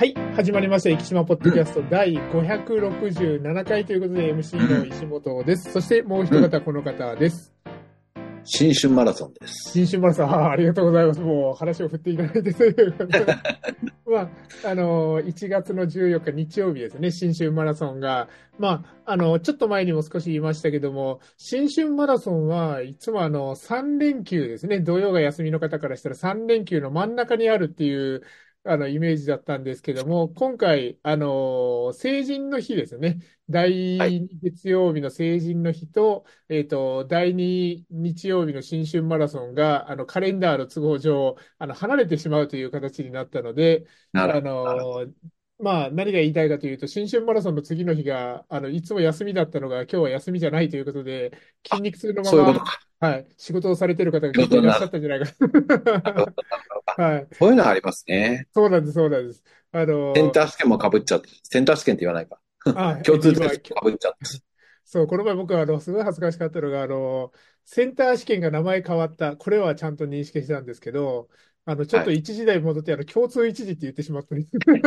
はい、始まりました。生島ポッドキャスト第567回ということで MC の石本です。そしてもう一方、この方です。 新春マラソンです。 新春マラソン、ありがとうございます。もう話を振っていただいてということで。1月の14日日曜日ですね、新春マラソンが。ちょっと前にも少し言いましたけども、新春マラソンはいつも3連休ですね、土曜が休みの方からしたら3連休の真ん中にあるっていう、イメージだったんですけども、今回、成人の日ですね。第はい。 2月曜日の成人の日と、第2日曜日の新春マラソンが、カレンダーの都合上、離れてしまうという形になったので、あなるほど。 の、何が言いたいかというと、新春マラソンの次の日が、いつも休みだったのが、今日は休みじゃないということで、筋肉痛のまま、 そういうことか。 はい、仕事をされている方が結構いらっしゃっ仕事になる。 たんじゃないかなるほな。 ど、なるほど。あ、 はい。 そういうのありますね。 そうなんです、そうなんです。 センター試験も被っちゃって、センター試験って言わないか。共通テ今、 ストも被っちゃって。 そう、この前僕はすごい恥ずかしかったのが、センター試験が名前変わった、これはちゃんと認識したんですけど、ちょっはい。 と一時代戻って、共通一時って言ってしまったんです。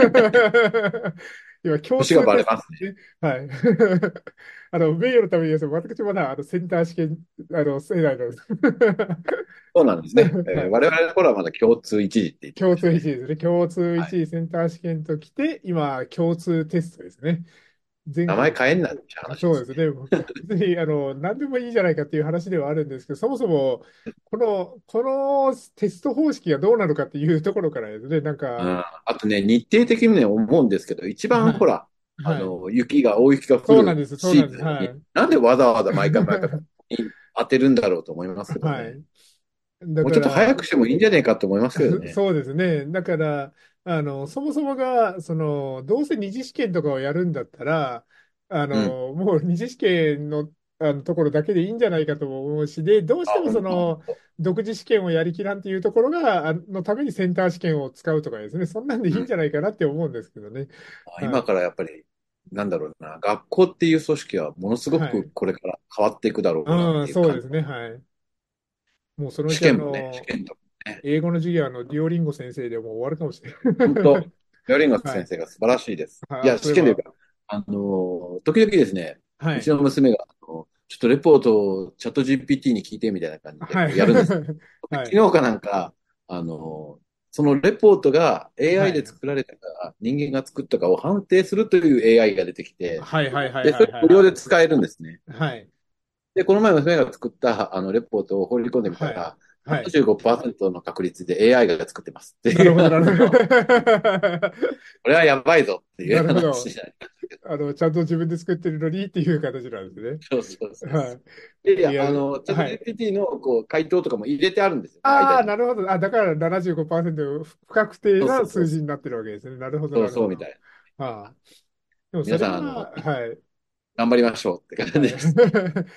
今、共年が通テストバレますね。 ですね。はい。名誉のために言います。私まだ、センター試験、世代なんです。 そうなんですね。 はい。 我々の頃はまだ共通一時って言って共ましたね。 通一時ですね。共通はい。 一時センター試験ときて、今、共通テストですね。前名前回、 変えんなって話ですね。 そうですね。別に、何でもいいじゃないかっていう話ではあるんですけど、そもそも、このテスト方式がどうなのかっていうところからですね、なんか、 うん。あとね、日程的にね、思うんですけど、一番はい、 ほら、 はい。 大雪が降るそうなんです、そうなんです。 シーズンに、 はい。 なんでわざわざ毎回毎回ここに当てるんだろうと思いますけどね。 はい。だもうちょっと早から、 くしてもいいんじゃねえかと思いますけどね。 そうですね。だから、そもそもが、どうせ二次試験とかをやるんだったら、 うん。 もう二次試験の、ところだけでいいんじゃないかとも思うし、で、どうしあ、 ても本当。 独自試験をやりきらんっていうところが、のためにセンター試験を使うとかですね、そんなんでいうん。 いんじゃないかなって思うんですけどね。はい。 今からやっぱり、なんだろうな、学校っていう組織はものすごくはい。 これから変わっていくだろうなっうん、 ていう感じ。 そうですね。はい。もうそのうち試験もね、試験とかね。 英語の授業デュオリンゴ先生でもう終わるかもしれ本当、 ない。 ヤリンガはい。 先生が素晴らしいです。いあ、 や、 そういえば、 試験というか、時々ですね、うちはい。 の娘が、ちょっとレポートをチャット GPT に聞いてみたいな感じではい。 こうやるんです。 はい。 昨日かなんか、あの、そのレポートがは AI でい。 作られたか、人間が作ったかを判定するという AI が出てきて、 はい。はい。はい。 で、そはい。 れ無料はい。 で使えるんですね。 はい。 で、この前娘が作ったレポートを放り込んでみたはい。 ら、 はい。 75%の確率で AI が作ってますっていう、 なるほど、なるほど。 これはやばいぞっていうなるほど。 話になりましたけど。 ちゃんと自分で作ってるのにっていう形なんですそうそうそね。 うはそう。いい。いやいや、 や、 チャットはい。 GPT の回答とかも入れてあるんですよね、 ああ、 間に。 なるほど。あ、だから75%不確定そうなそうそうそう。 数字になってるわけですね。なるほど、 そうなるほど。 そうみたいああ。 な。 でもそ皆さん、 れは、はい。 頑張りましょうって感じはい。 です。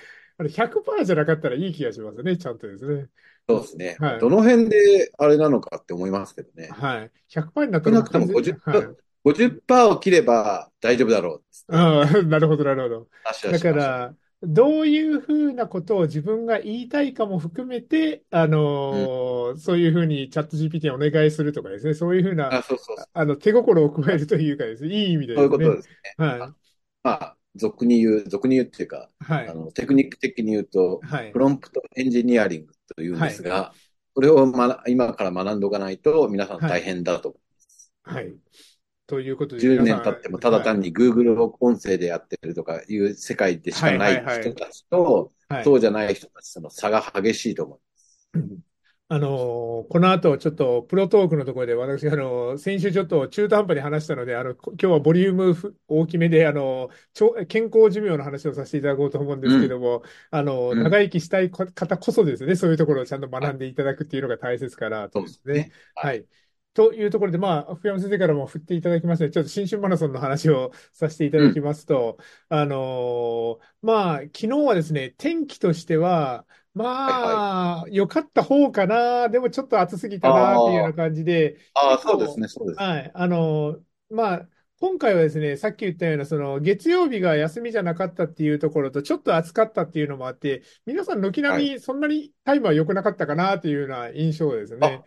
100%じゃなかったらいい気がしますね。ちゃんとですね。 そうですね。 はい。 どの辺であれなのかって思いますけどね。 はい。100%になった少なくともらもう完全、は 50%、 い。 50%を切れば大丈夫だろうっつってああ、なるほど、なるほど。 話はだしましたけど。 から、どういうふうなことを自分が言いたいかも含めて、 うん。 そういうふうにチャット GPT にお願いするとかですね、そういうふうな、 あ、そうそうそう。 手心を加えるというかですね、いい意味でそういうですね。 ことですね。 はい。 俗に言うっていうか、 はい。 テクニック的に言うと、 はい。 プロンプトエンジニアリングというんはい。 ですが、それを今から学んでおかないと皆さん大はい。 変だと。 はい。ということで、 10 皆さん、 年経ってもただはい。 単に Google を音声でやってるとかいう世界でしはい、 かなはい、はい。 い人たちと、 はい。 そうじゃない人たちとの差が激しいと思う。 この後、ちょっとプロトークのところで、私、先週ちょっと中途半端に話したので、今日はボリューム大きめで、健康寿命の話をさせていただこうと思うんでうん、 すけども、 うん。 長生きしたい方こそですね、そういうところをちゃんとはい、 学んでいただくっていうのが大切かなとそうですね。 ですね。はい。 はい。というところで、福山先生からも振っていただきましたので、ちょっと新春マラソンの話をさせていただきうん。 ますと、昨日はですね、天気としては、 はいはい。 良かった方かな。でもちょっと暑すぎたなっていうようなあ感じで、 そうです結構、 ね、そうですね。 はい。まあ、今回はですね、さっき言ったような、月曜日が休みじゃなかったっていうところと、ちょっと暑かったっていうのもあって、皆さん軒はい。 並みそんなにタイムは良くなかったかなっていうような印象ですね。 あ、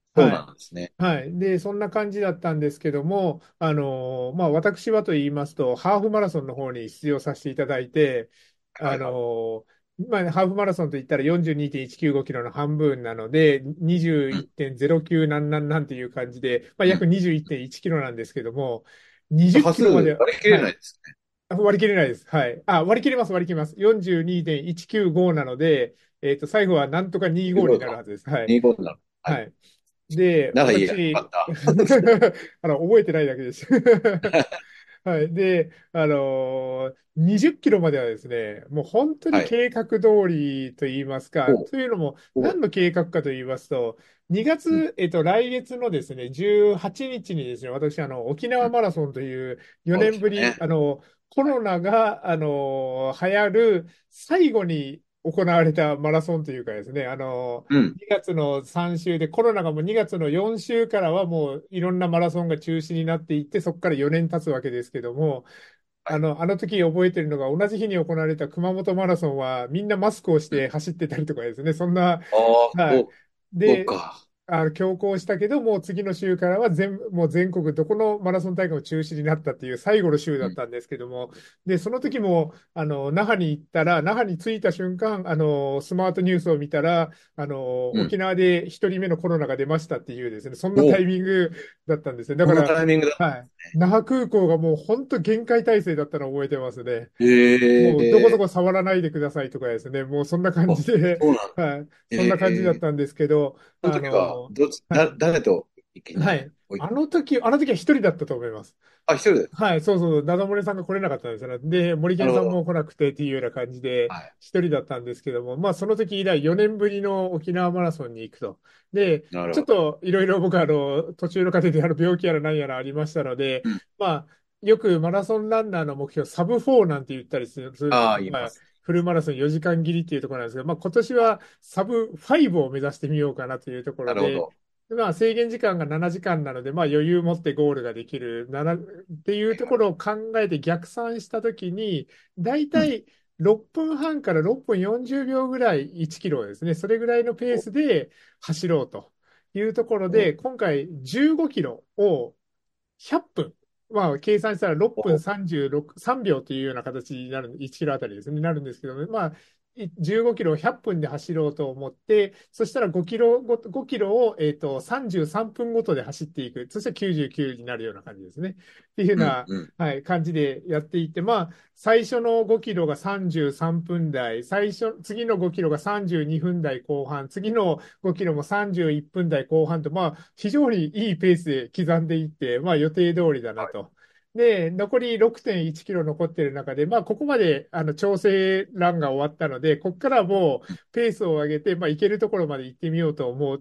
そうはい。 なんですね。 はい。で、そんな感じだったんですけども、まあ、私はと言いますと、ハーフマラソンの方に出場させていただいて、あはいはい。 の、まあ、ハーフマラソンといったら42.195キロの半分なので、 うん。 21.09なんなんなんていう感じで、まあ、約うん。 21.1キロなんですけども、20キ端数ロまで、 割り切れはい。 ないですね。 割り切れないです。はい。あ、割り切れます、割り切れます。42.195なので、最後はなんとか25に 25か。 なるはずです。はい。 25になる。はい。 はい。で、 ならいいや。よかっ私、 た。 覚えてないだけです。はい。で、20キロまではですね、もう本当にはい。 計画通りと言いますか、 おう、 というのも、 おう、 何の計画かと言いますと、2 うん、 月、来月のですね、18日にちにですね、私、沖縄うん。 マラソンという4 そうで年ぶり、 すよね。 コはい。 ロナが、流行る最後に行われたマラソンというかですね、 うん。 2月の3週で、コロナがもう2月の4週からはもういろんなマラソンが中止になっていって、そこから4年経つわけですけども、 はい。 あの時覚えてるのが、同じ日に行われた熊本マラソンは、みんなマスクをしうん。 て走ってたりとかですね、そんな、 ああ、 はい。 そう、そうで、 か。 強行したけど、もう次の週からはもう全国どこのマラソン大会も中止になったっていう最後の週だうん。 ったんですけども、で、その時も、那覇に行ったら、那覇に着いた瞬間、スマートニュースを見たら、 うん。 沖縄で一人目のコロナが出ましたっていうですね、そんなタお、 イミングだったんですね。だこのから、 タイミングだった。 はい。那覇空港がもう本当限界態勢だったのを覚えてますね。もうどこそええ、 こ触らないでくださいとかですね、もうそんな感あ、 じで、 そうなんだ。 はい。そんえな感じだっえ、 たんですけど、 その時は、 はい。 誰と一気に、 はい。あの時は一人だったと思います。 あ、一人で。 はい、そうそう、ダダ漏れさんが来れなかったんですよね。で、森健さんもなるほど。 来なくてっていうような感じで、 はい。 一人だったんですけども、まあ、その時以来4年ぶりの沖縄マラソンに行くと。で、ちょっなるほど。 といろいろ僕は途中の過程で病気やら何やらありましたので、 うん。 まあ、よくマラソンランナーの目標、サブ4なんて言ったりするんですああ、 けど、まあ、 言います。 フルマラソン4時間切りっていうところなんですけど、まあ、今年はサブ5を目指してみようかなというところで、 なるほど。 まあ、制限時間が7時間なので、まあ、余裕持ってゴールができるっていうところを考えて逆算したときに、だいうん。 たい6分半から6分40秒ぐらい1キロですね、それぐらいのペーお、 スで走ろうというところお、 で、今回15キロを100分、まあ、計算したら6分お、 36、3秒というような形になる、1キロあたりですね、なるんですけどね、まあ、15キロを100分で走ろうと思って、そしたら5キロを、33分ごとで走っていく。そして99になるような感じですね。っていうよううん、 な、 うん。 はい、感じでやっていって、まあ、最初の5キロが33分台、次の5キロが32分台後半、次の5キロも31分台後半と、まあ、非常にいいペースで刻んでいって、まあ、予定通りだなはい。 と。で、残り6.1キロ残っている中で、まあ、ここまで調整ランが終わったので、ここからもうん、 うペースを上げて、まあ、行けるところまで行ってみようと思って、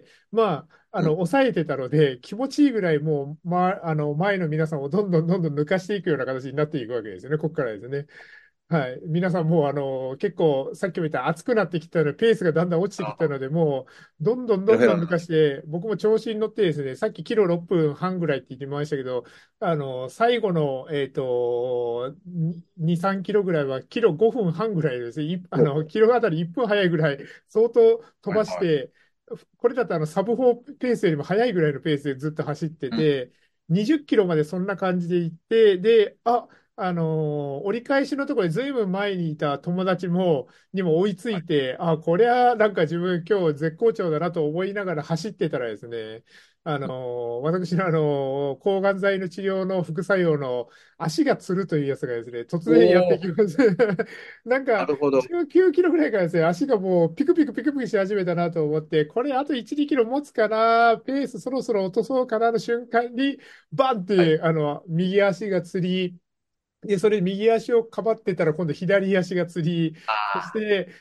まあ、 うん。 抑えてたので、気持ちいいぐらいもう、前の皆さんをどんどんどんどん抜かしていくような形になっていくわけですよね、ここからですね。はい。皆さんもう、結構、さっきも言った暑くなってきたので、ペースがだんだん落ちてきたあ、 ので、もう、どんどんヘどんどん抜かラヘラな。 して、僕も調子に乗ってですね、さっきキロ6分半ぐらいって言ってましたけど、最後の、2、3キロぐらいは、キロ5分半ぐらいですね、 お、 キロあたり1分早いぐらい、相当飛はい、はい。 ばして、これだとサブ4ペースよりも速いぐらいのペースでずっと走ってうん。 て、20キロまでそんな感じで行って、で、折り返しのところでずいぶん前にいた友達にも追いつはい。 いて、あ、こりゃなんか自分今日絶好調だなと思いながら走ってたらですね、私の抗がん剤の治療の副作用の足がつるというやつがですね、突然やっておー、 きます。なんかなるほど。 19キロぐらいからですね、足がもうピクピクピクピクし始めたなと思って、これあと1、2キロ持つかな、ペースそろそろ落とそうかなの瞬間に、バンっはい。 て、右足がつり、で、それ右足をかばってたら今度左足がつり、そしあて、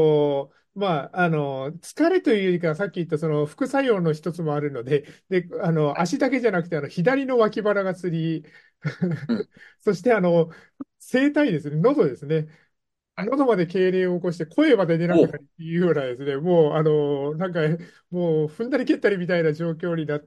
疲れというよりかはさっき言ったその副作用の一つもあるので、で、 あ、はい。 足だけじゃなくて、左の脇腹がつり、 うん。 そして、声帯ですね、喉ですね。 はい。 喉まで痙攣を起こして声まで出なくなお、 るっていうようなですね、もう、なんか、もう踏んだり蹴ったりみたいな状況になって、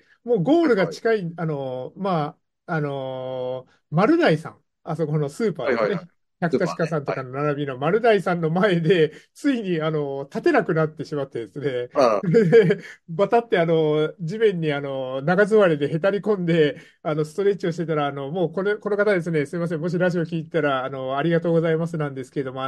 もうゴールがはい、はい。 近い、丸大さん、あそこのスーパーはい、はい、はい。 ですね。 百田スーパーね。 鹿さんとかはい。 の並びの丸大さんの前で、ついに、立てなくなってしまってですね、 あら、 でバタって、地面に、長座りでへたり込んで、ストレッチをしてたら、もうこの方ですね、すみません、もしラジオ聞いてたら、ありがとうございますなんですけれども、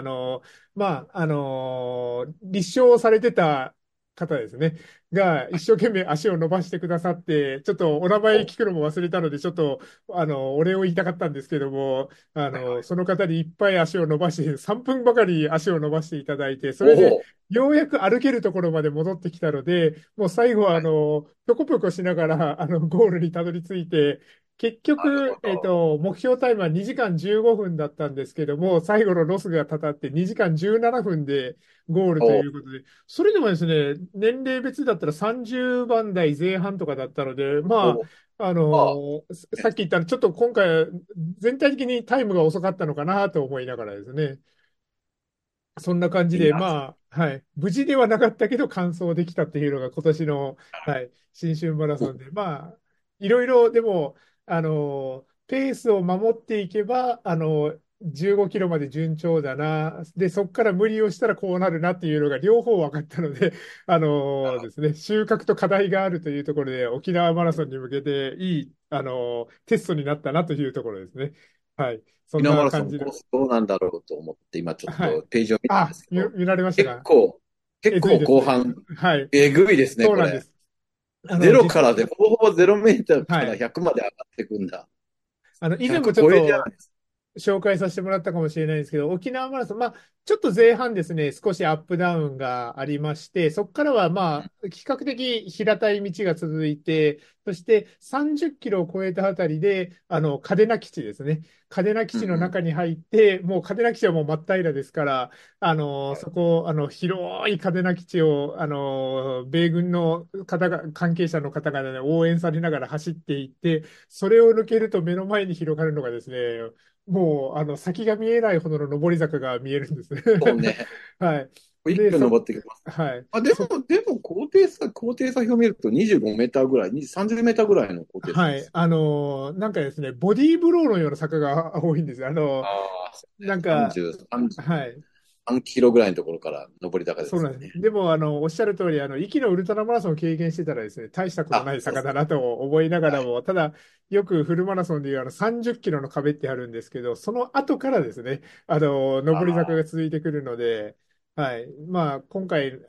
立証されてた方ですね、が一生懸命足を伸ばしてくださって、ちょっとお名前お、 聞くのも忘れたので、ちょっと、お礼を言いたかったんですけども、 はいはい。 その方にいっぱい足を伸ばして、3分ばかり足を伸ばしていただいて、そおれでお、 ようやく歩けるところまで戻ってきたので、もう最後は、 はい。 ぴょこぴょこしながら、ゴールにたどり着いて、結なるほ局、 ど。 目標タイムは2時間15分だったんですけども、最後のロスがたたって2時間17分でゴールとお、 いうことで、それでもですね、年齢別だったら30番台前半とかだったので、まお、 あ、 ああ、 さっき言ったの、ちょっと今回、全体的にタイムが遅かったのかなと思いながらですね。そんな感じで、 いいな。 まあ、はい。無事ではなかったけど、完走できたっていうのが今年の、はい、新春マラソンで、まあ、いろいろ、でも、ペースを守っていけば、15キロまで順調だな。で、そこから無理をしたらこうなるなっていうのが両方分かったので、 なるほど。 ですね、収穫と課題があるというところで、沖縄マラソンに向けていい、テストになったなというところですね。はい。そん沖縄マラソンな感じの。 コースどうなんだろうと思って、今ちょっはい。 とページを見たんであ、 すけど、 見られましたか？ 結構、結構えずいですね。 後半、 はい。 えぐいですね、これ。 そうなんです。 ゼロか実、 らで、ほぼほぼゼロメーターからはい。 100まで上がっていくんだ。 以前も 100 ちょっ超えじゃないとですか。 紹介させてもらったかもしれないんですけど、沖縄マラソン、まあ、ちょっと前半ですね、少しアップダウンがありまして、そこからはまあ、比較的平たい道が続いて、そして30キロを超えたあたりで、嘉手納基地ですね。嘉手納基地のうんうん。 中に入って、もう嘉手納基地はもう真っ平らですから、そこ、広い嘉手納基地を、米軍の方が、関係者の方々で応援されながら走っていって、それを抜けると目の前に広がるのがですね、もう、先が見えないほどの上り坂が見えるんですね。 そうね。 はい。 一で、 挙登ってきます。 はい。 あ、でも高低差表を見ると25メーターぐらい、30メーターぐらいの高低差はい。 です。 なんかですね、ボディーブローのような坂が多いんですよ。 ああ、そうね。 なんか、 33 はい。 キロぐらいのところから上り坂でそうなんです。 すよね。 でも、おっしゃる通り、壱岐のウルトラマラソンを経験してたらですね、大したことあ、 ないそうそう。 坂だなと思いながはい。 らも、ただ、よくフルマラソンでいう30キロの壁ってあるんですけど、その後からですね、上り坂が続いてくるので、はい。まあ、今回、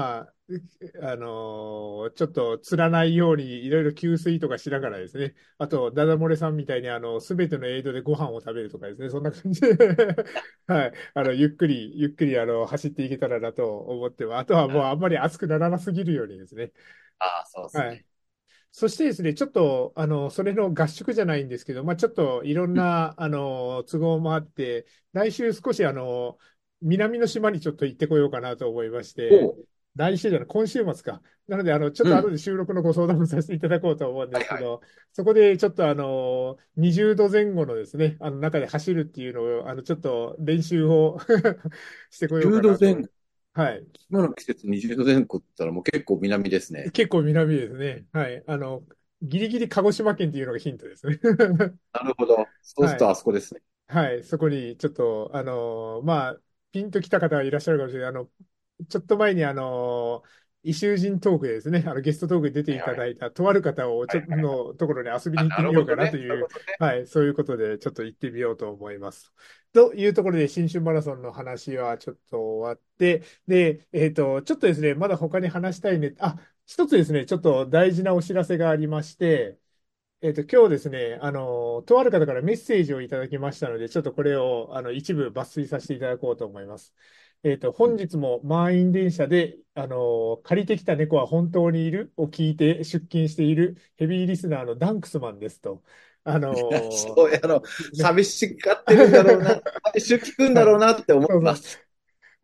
ちょっと釣らないようにいろいろ給水とかしながらですね、あと、ダダ漏れさんみたいに、すべてのエイドでご飯を食べるとかですね、そんな感じではい。ゆっくり、走っていけたらなと思ってます。あとはもうあんまり暑くならなすぎるようにですね。 ああ、そうですはい。 ね。 そしてですね、ちょっと、それの合宿じゃないんですけど、まあ、ちょっといろんうん。 な、都合もあって、来週少し、南の島にちょっと行ってこようかなと思いまして、 おう。 来週じゃない、今週末か。なので、ちょっうん。 と後で収録のご相談もさせていただこうと思うんではいはい。 すけど、そこでちょっと20度前後のですね、中で走るっていうのを、ちょっと練習をしてこよう 10 かなと思い。 度前後。 はい。 今の季節20度前後って言ったらもう結構南ですね。 結構南ですね。はい。ギリギリ鹿児島県っていうのがヒントですね。 なるほど。そうすはい。 るとあそこですね。 はい。そこに、ちょっと、まあ、ピンときた方はいらっしゃるかもしれない。ちょっと前に、異州人トークでですね、ゲストトークに出ていはいはい。 ただいた、とある方を、 はいはい。 のところに遊びにあ、な行ってみようかるほどね。 なという、 そういうことね。 はい。そういうことで、ちょっと行ってみようと思います。というところで、新春マラソンの話はちょっと終わって、で、ちょっとですね、まだ他に話したいね。あ、一つですね、ちょっと大事なお知らせがありまして、今日ですね、とある方からメッセージをいただきましたので、ちょっとこれを、一部抜粋させていただこうと思います。本うん。 日も満員電車で、借りてきた猫は本当にいるを聞いて出勤しているヘビーリスナーのダンクスマンですと。 そうやろう。 ね。 寂しがってるんだろうな。毎週聞くんだはい。 ろうなって思いそうそう。 ます。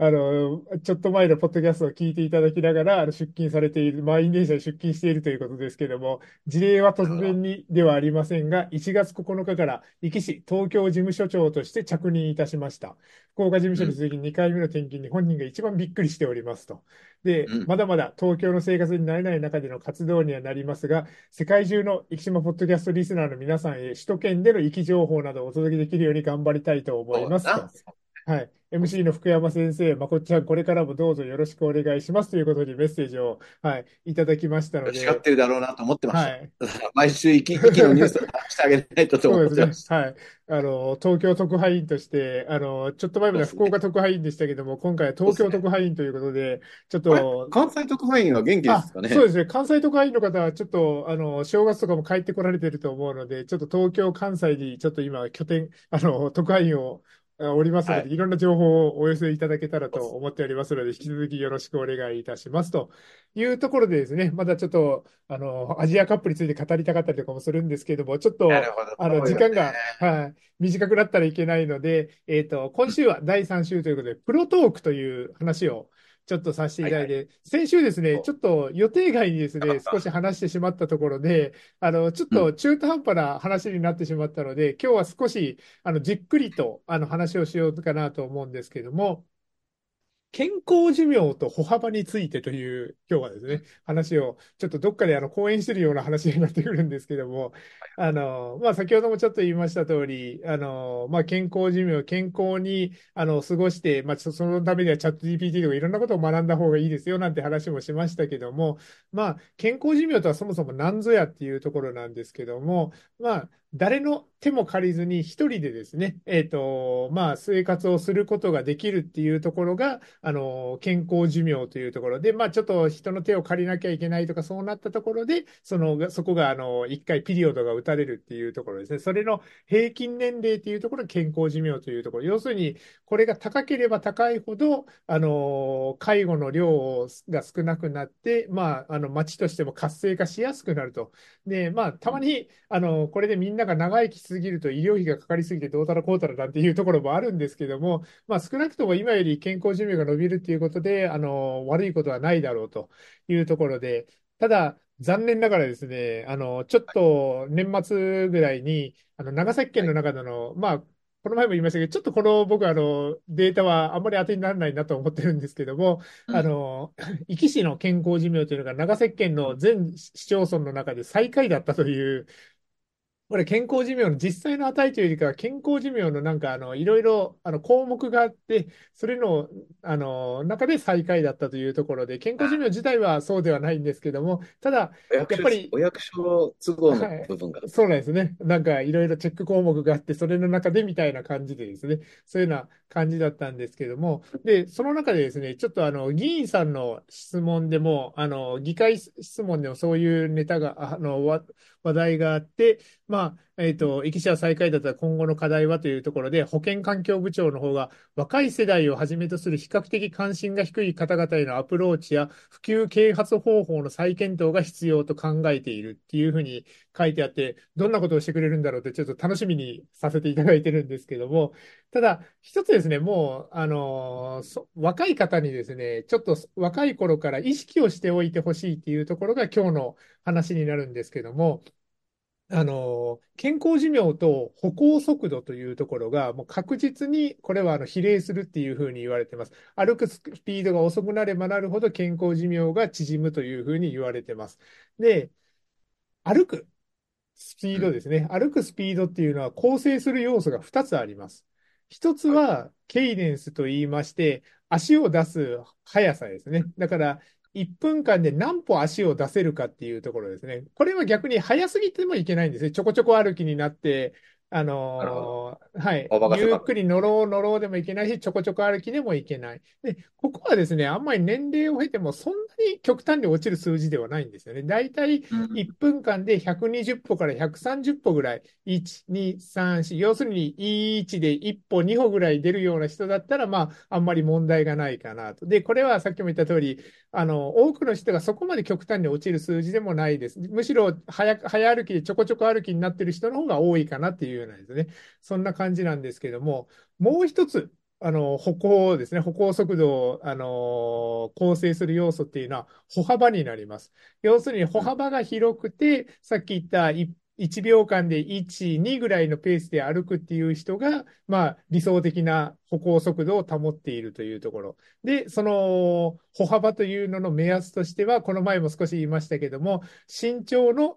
ちょっと前のポッドキャストを聞いていただきながら、出勤されている、満員電車に出勤しているということですけれども、事例は突なるほど。 然にではありませんが、1月9日から壱岐市東京事務所長として着任いたしました。福岡事務所にうん。 続き2回目の転勤に本人が一番びっくりしておりますと。で、 うん。 まだまだ東京の生活に慣れない中での活動にはなりますが、世界中の生島ポッドキャストリスナーの皆さんへ首都圏での生き情報などをお届けできるように頑張りたいと思いそうだな。 ますと。はい。MC の福山先生、まこっちゃん、これからもどうぞよろしくお願いしますということにメッセージを、はい、いただきましたので、 叱ってるだろうなと思ってました。 はい。 だから毎週息のニュースを話してあげないとと思そうですね。 ってました。 はい。東京特派員として、ちょっと前までは福そうですね。 岡特派員でしたけども、今回は東京特そうですね。 派員ということで、ちょっあれと、 関西特派員は元気ですあ、 かね？ そうですね。関西特派員の方は、ちょっと、正月とかも帰ってこられてると思うので、ちょっと東京、関西に、ちょっと今、拠点、特派員をおりますので、 はい。 いろんな情報をお寄せいただけたらそうですと思っておりますので、引き続きよろしくお願いいたしますというところでですね、まだちょっと、アジアカップについて語りたかったりとかもするんですけども、ちょっと、 なるほど。そうよね。 時間が、はい、短くなったらいけないので、今週は第3週ということで、プロトークという話を、ちょっとさせていはいはい。 ただいて、先週ですね、 そう。 ちょっと予定外にですね、 なかった。 少し話してしまったところで、ちょっうん。 と中途半端な話になってしまったので、今日は少し、じっくりと、話をしようかなと思うんですけども、健康寿命と歩幅についてという、今日はですね、話を、ちょっとどっかで講演してるような話になってくるんですけども、まあ、先ほどもちょっと言いました通り、まあ、健康寿命、健康に、過ごして、まあ、そのためにはチャット GPT とかいろんなことを学んだ方がいいですよ、なんて話もしましたけども、まあ、健康寿命とはそもそも何ぞやっていうところなんですけども、まあ、誰の手も借りずに一人でですね、まあ、生活をすることができるっていうところが、健康寿命というところで、まあ、ちょっと人の手を借りなきゃいけないとか、そうなったところで、そこが、一回ピリオドが打たれるっていうところですね。それの平均年齢っていうところが健康寿命というところ。要するに、これが高ければ高いほど、介護の量が少なくなって、まあ、町としても活性化しやすくなると。で、まあ、たまに、これでみんなが長生きしすぎると医療費がかかりすぎてどうたらこうたらなんていうところもあるんですけども、まあ、少なくとも今より健康寿命が伸びるということで、悪いことはないだろうというところで、ただ、残念ながらですね、ちょっと年末ぐらいに、長崎県のはい。 中での、まあ、この前も言いましたけど、ちょっとこの僕データはあんまり当てにならないなと思ってるんですけども、 うん。 壱岐市の健康寿命というのが長崎県の全市町村の中で最下位だったというこれ健康寿命の実際の値というよりかは、健康寿命のなんかいろいろ項目があって、それの、中で最下位だったというところで、健康寿命自体はそうではないんですけども、ただ、 おやっぱり役所都合のはい。 部分が。 そうなんですね。なんかいろいろチェック項目があって、それの中でみたいな感じでですね、そういうような感じだったんですけども、で、その中でですね、ちょっと議員さんの質問でも、議会質問でもそういうネタが、話題があって、まあ、壱岐市は最下位だったら今後の課題はというところで、保健環境部長の方が、若い世代をはじめとする比較的関心が低い方々へのアプローチや普及啓発方法の再検討が必要と考えているっていうふうに書いてあって、どんなことをしてくれるんだろうってちょっと楽しみにさせていただいてるんですけども、ただ、一つですね、もう、若い方にですね、ちょっと若い頃から意識をしておいてほしいっていうところが今日の話になるんですけども、健康寿命と歩行速度というところが、もう確実にこれは比例するっていうふうに言われてます。歩くスピードが遅くなればなるほど健康寿命が縮むというふうに言われてます。で、歩くスピーうん。 ドですね。歩くスピードっていうのは構成する要素が2つあります。1つはい。 はケイデンスと言いまして、足を出す速さですね。だから、1分間で何歩足を出せるかっていうところですね。これは逆に速すぎてもいけないんですね。ちょこちょこ歩きになって、 なるほど。 はい。 大場がゆっ狭く。 くり乗ろう乗ろうでもいけないし、ちょこちょこ歩きでもいけない。で、ここはですね、あんまり年齢を経てもそんなに極端に落ちる数字ではないんですよね。だいたいうん。 1分間で120歩から130歩ぐらい、1、2、3、4、要するに1で1歩、2歩ぐらい出るような人だったら、まあ、あんまり問題がないかなと。で、これはさっきも言った通り、多くの人がそこまで極端に落ちる数字でもないです。むしろ早歩きでちょこちょこ歩きになってる人の方が多いかなっていうようなですね。そんな感じなんですけども、もう一つ、 歩行ですね、歩行速度を、構成する要素っていうのは歩幅になります。要するに歩うん。 幅が広くて、さっき言った1秒間で1、2ぐらいのペースで歩くっていう人が、まあ、理想的な歩行速度を保っているというところ。で、その歩幅というのの目安としては、この前も少し言いましたけども、身長の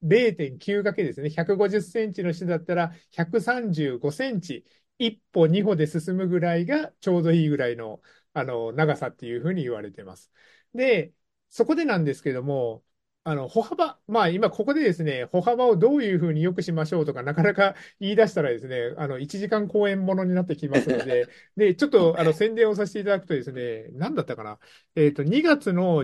0.9掛けですね。150センチの人だったら135センチ。一歩二歩で進むぐらいがちょうどいいぐらいの、長さっていうふうに言われてます。で、そこでなんですけども、歩幅、まあ今ここでですね、歩幅をどういうふうに良くしましょうとか、なかなか言い出したらですね、1時間講演ものになってきますので、で、ちょっと宣伝をさせていただくとですね、何だったかな。2月の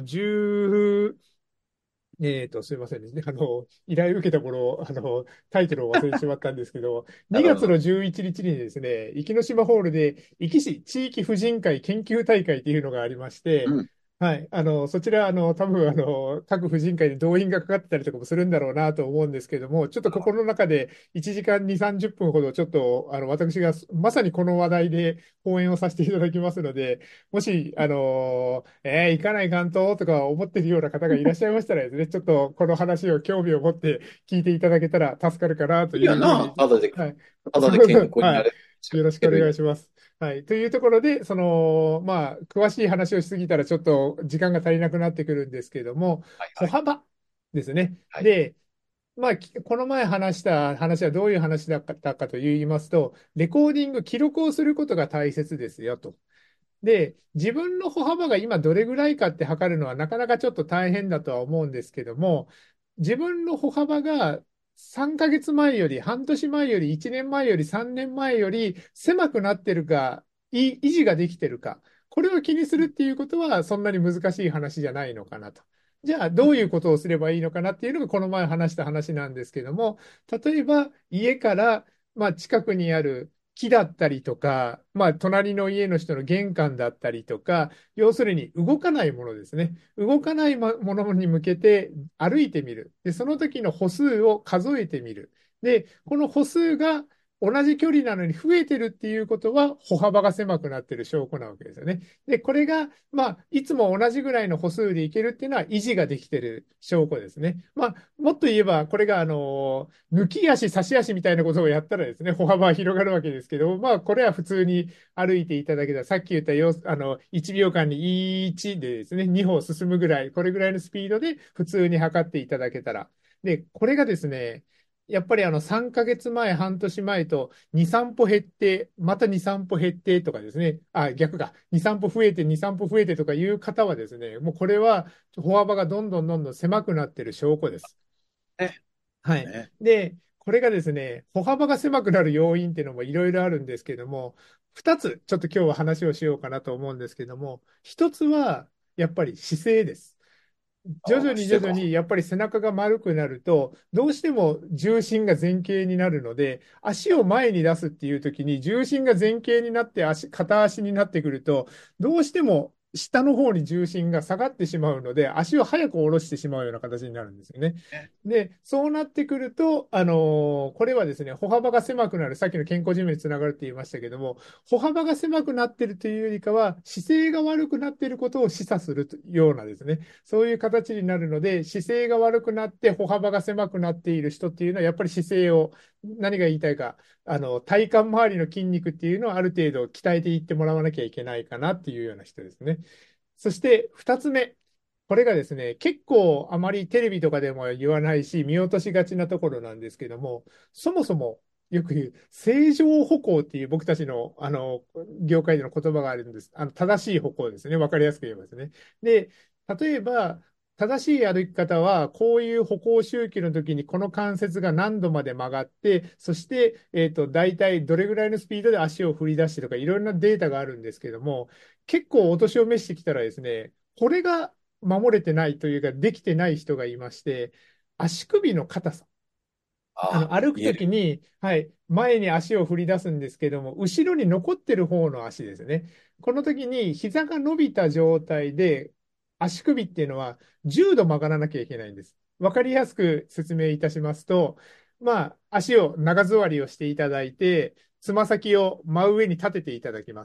10、すいませんね。依頼を受けたものを、タイトルを忘れてしまったんですけど、2月のなるほど。 11日にですね、壱岐島ホールで、壱岐市地域婦人会研究大会というのがありまして、 うん。 はい、そちら、多分、各婦人会で動員がかかってたりとかもするんだろうなと思うんですけども、ちょっとここの中で1時間2、30分ほど、ちょっと、私がまさにこの話題で講演をさせていただきますので、もし、行かないかんととか思っているような方がいらっしゃいましたらですね、ちょっとこの話を興味を持って聞いていただけたら助かるかなといやな、 いうふうに、はい。 ただで健そう、はい。 康になれる。 よろしくお願いします。はい。というところで、まあ、詳しい話をしすぎたらちょっと時間が足りなくなってくるんですけれども、 はいはい。 歩幅ですね。 はい。 で、まあ、この前話した話はどういう話だったかと言いますと、レコーディング、記録をすることが大切ですよと。で、自分の歩幅が今どれぐらいかって測るのはなかなかちょっと大変だとは思うんですけども、自分の歩幅が3ヶ月前より、半年前より、1年前より、3年前より狭くなってるか、維持ができてるか、これを気にするっていうことはそんなに難しい話じゃないのかなと。じゃあ、どういうことをすればいいのかなっていうのがこの前話した話なんですけども、例えば家から、まあ、近くにある木だったりとか、まあ、隣の家の人の玄関だったりとか、要するに動かないものですね。動かないものに向けて歩いてみる。で、その時の歩数を数えてみる。で、この歩数が同じ距離なのに増えてるっていうことは歩幅が狭くなってる証拠なわけですよね。で、これが、まあ、いつも同じぐらいの歩数でいけるっていうのは維持ができてる証拠ですね。まあ、もっと言えば、これが、抜き足、差し足みたいなことをやったらですね、歩幅は広がるわけですけど、まあ、これは普通に歩いていただけたら、さっき言ったよ、1秒間に1でですね、2歩進むぐらい、これぐらいのスピードで普通に測っていただけたら。で、これがですね、やっぱり3ヶ月前、半年前と2、3歩減って、また2、3歩減ってとかですね、あ、逆か、2、3歩増えて、2、3歩増えてとかいう方はですね、もうこれは歩幅がどんどんどんどん狭くなっている証拠です。 ね。 はい。 ね。 で、これがですね、歩幅が狭くなる要因っていうのもいろいろあるんですけども、二つちょっと今日は話をしようかなと思うんですけども、一つはやっぱり姿勢です。徐々 ああ、 に徐々 してか。 にやっぱり背中が丸くなると、どうしても重心が前傾になるので、足を前に出すっていう時に重心が前傾になって片足になってくると、どうしても下の方に重心が下がってしまうので、足を早く下ろしてしまうような形になるんですよね。 ね。 で、そうなってくると、これはですね、歩幅が狭くなる、さっきの健康寿命につながるって言いましたけども、歩幅が狭くなっているというよりかは、姿勢が悪くなっていることを示唆するようなですね、そういう形になるので、姿勢が悪くなって歩幅が狭くなっている人っていうのは、やっぱり姿勢を、何が言いたいか、体幹周りの筋肉っていうのをある程度鍛えていってもらわなきゃいけないかなっていうような人ですね。そして二つ目。これがですね、結構あまりテレビとかでも言わないし、見落としがちなところなんですけども、そもそもよく言う正常歩行っていう僕たちの、業界での言葉があるんです。正しい歩行ですね。わかりやすく言えばですね。で、例えば、正しい歩き方は、こういう歩行周期の時にこの関節が何度まで曲がって、そして、大体どれぐらいのスピードで足を振り出してとか、いろんなデータがあるんですけども、結構お年を召してきたらですね、これが守れてないというか、できてない人がいまして、足首の硬さ。 ああ、 歩く言える。 ときに、はい、前に足を振り出すんですけども、後ろに残ってる方の足ですね。この時に膝が伸びた状態で、足首っていうのは10度曲がらなきゃいけないんです。わかりやすく説明いたしますと、まあ、足を長座りをしていただいて、つま先を真上に立てていただきます。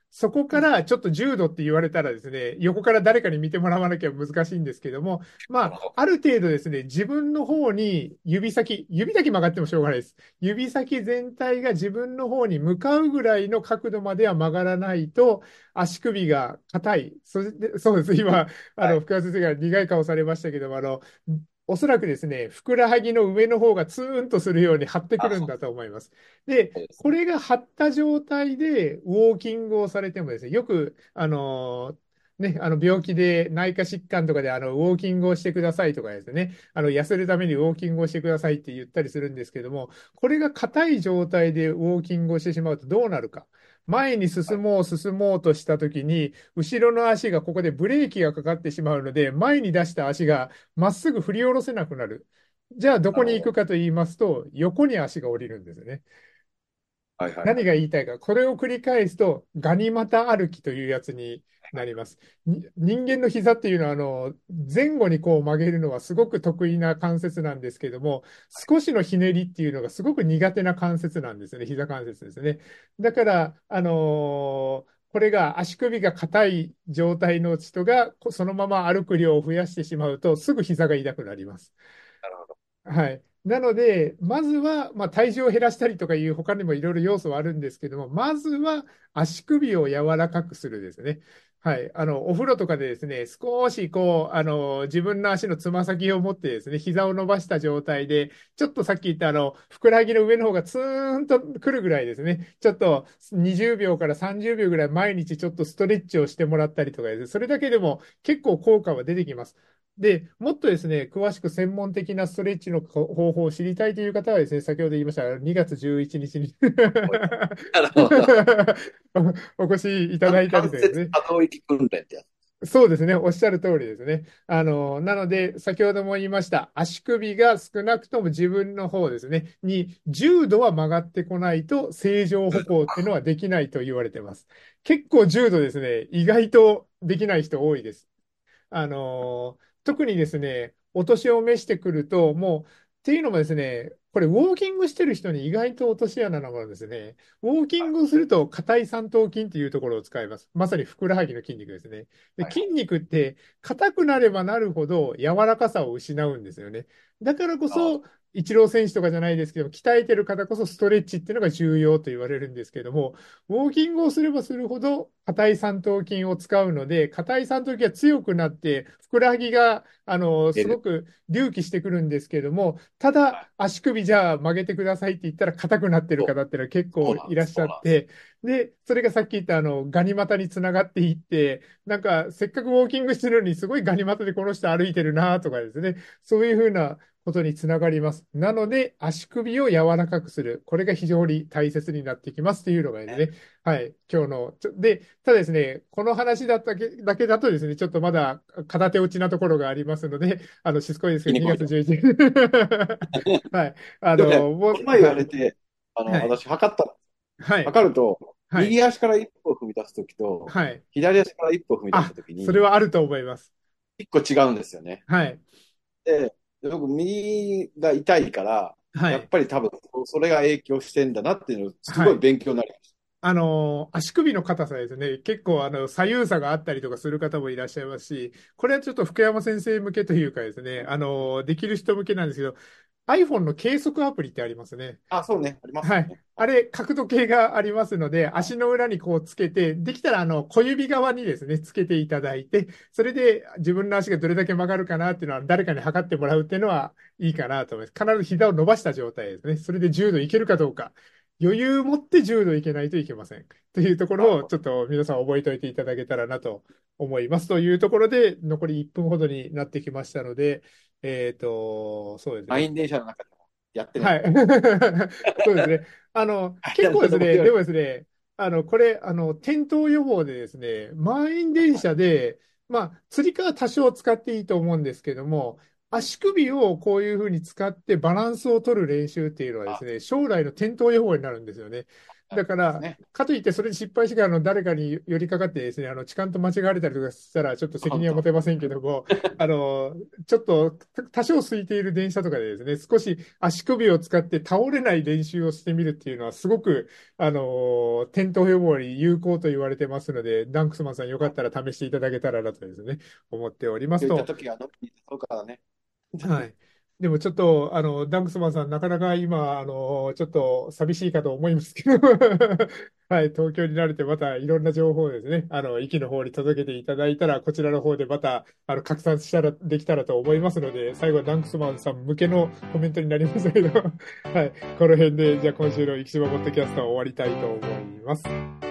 そこからちょっと重度って言われたらですね、横から誰かに見てもらわなきゃ難しいんですけども、まあ、ある程度ですね、自分の方に指先曲がってもしょうがないです。指先全体が自分の方に向かうぐらいの角度までは曲がらないと、足首が硬い。そうです。今、 はい。 福田先生が苦い顔されましたけども、おそらくですね、ふくらはぎの上の方がツーンとするように張ってくあ、 るんだと思います。で、 そうですね。 これが張った状態でウォーキングをされてもですね、よく、病気で内科疾患とかでウォーキングをしてくださいとかですね、痩せるためにウォーキングをしてくださいって言ったりするんですけども、これが硬い状態でウォーキングをしてしまうとどうなるか。前にはい。 進もうとしたときに、後ろの足がここでブレーキがかかってしまうので、前に出した足がまっすぐ振り下ろせなくなる。じゃあ、どこに行くなるほど。 かと言いますと、横に足が降りるんですよね。 はいはいはい。 何が言いたいか。これを繰り返すと、ガニ股歩きというやつになります。人間の膝っていうのは、前後にこう曲げるのはすごく得意な関節なんですけども、少しのひねりっていうのがすごく苦手な関節なんですよね。膝関節ですね。だから、これが足首が硬い状態の人がそのまま歩く量を増やしてしまうと、すぐ膝が痛くなります。 なるほど。 はい。なので、まずは、まあ、体重を減らしたりとかいう他にもいろいろ要素はあるんですけども、まずは足首を柔らかくするですね。はい。お風呂とかでですね、少しこう、自分の足のつま先を持ってですね、膝を伸ばした状態で、ちょっとさっき言ったふくらはぎの上の方がツーンとくるぐらいですね、ちょっと20秒から30秒ぐらい毎日ちょっとストレッチをしてもらったりとかですね、それだけでも結構効果は出てきます。で、もっとですね、詳しく専門的なストレッチの方法を知りたいという方はですね、先ほど言いました2月11日にちにはい。なるほど。 お越しいただいたり関とですね。 節可動域訓練ってやつ。 そうですね、おっしゃる通りですね。なので、先ほども言いました、足首が少なくとも自分の方ですね、に10度は曲がってこないと正常歩行っていうのはできないと言われてます。結構10度ですね、意外とできない人多いです。特にですね、お年を召してくると、もう、っていうのもですね、これ、ウォーキングしてる人に意外と落とし穴なのがですね、ウォーキングをすると、硬い三頭筋っていうところを使います。まさにふくらはぎの筋肉ですね。で、 はいはい。 筋肉って、硬くなればなるほど柔らかさを失うんですよね。だからこそ、 なるほど。 イチロー選手とかじゃないですけど、鍛えてる方こそストレッチっていうのが重要と言われるんですけども、ウォーキングをすればするほど、硬い三頭筋を使うので、硬い三頭筋が強くなって、ふくらはぎが、すごく隆起してくるんですけれども、ただ、 はい。 足首じゃあ曲げてくださいって言ったら硬くなってるそう、 方っていうのは結そうなんです。 構いらっしそうなんです。 ゃって、で、それがさっき言ったガニ股につながっていって、なんか、せっかくウォーキングしてるのに、すごいガニ股でこの人歩いてるなとかですね、そういうふうなことにつながります。なので、足首を柔らかくする。これが非常に大切になってきますというのがですね。 ね、はい、今日の、ただですね、この話だけだとですね、ちょっとまだ片手落ちなところがありますので、しつこいですけど、2月気に来いと。 11日。はい、 でもね、この前言はい、 われて、 はい、 私測ったの。 はい、 測ると、 はい、 右足から一歩踏み出すときと、 はい。 左足から一歩踏み出しあ、 たときそれに、 はあると思います。 一個違うんですよね。 はい、 で、僕、右が痛いから、やっはい、 ぱり多分、それが影響してんだなっていうの、すはい。 ごい勉強になりまし足首の硬さですね。結構、左右差があったりとかする方もいらっしゃいますし、これはちょっと福山先生向けというかですね、できる人向けなんですけど、iPhone の計測アプリってありますね。 た。あ、そうね、ありますはい。 よね。はい。 あれ、角度計がありますので、 はい。 足の裏にこうつけて、できたら小指側にですね、つけていただいて、それで自分の足がどれだけ曲がるかなっていうのは、誰かに測ってもらうっていうのはいいかなと思います。必ず膝を伸ばした状態ですね。それで10度いけるかどうか。余裕を持って10度いけないといけません。というところを、 なるほど。 ちょっと皆さん覚えておいていただけたらなと思います。というところで、残り1分ほどになってきましたので、そうですね。 満員電車の中でもやってね。 はい。そうですね。 はい、 結や構ですね、 ろうと思ってでもですね、これ、転倒予防でですね、満員電車で、まあ、つり革多少使っていいと思うんですけども、足首をこういうふうに使ってバランスを取る練習っていうのはですあ、 ね、将来の転倒予防になるんですよね。 だから、 ね。 かといってそれで失敗して誰かに寄りかかってですね、痴漢と間違われたりとかしたら、ちょっと責任は持てませんけども、あの、ちょっと多少空いている電車とかでですね、少し足首を使って倒れない練習をしてみるっていうのは、すごく、転倒予防に有効と言われてますので、ダンクスマンさんよかったら試していただけたらなとですね、思っておりますそういったと、 時は飲みに誘うからね。 はい。でもちょっと、ダンクスマンさん、なかなか今、ちょっと寂しいかと思いますけど、はい、東京に慣れてまたいろんな情報をですね、駅の方に届けていただいたら、こちらの方でまた、拡散したら、できたらと思いますので、最後はダンクスマンさん向けのコメントになりましたけど、はい、この辺で、じゃあ今週の生島ポッドキャストは終わりたいと思います。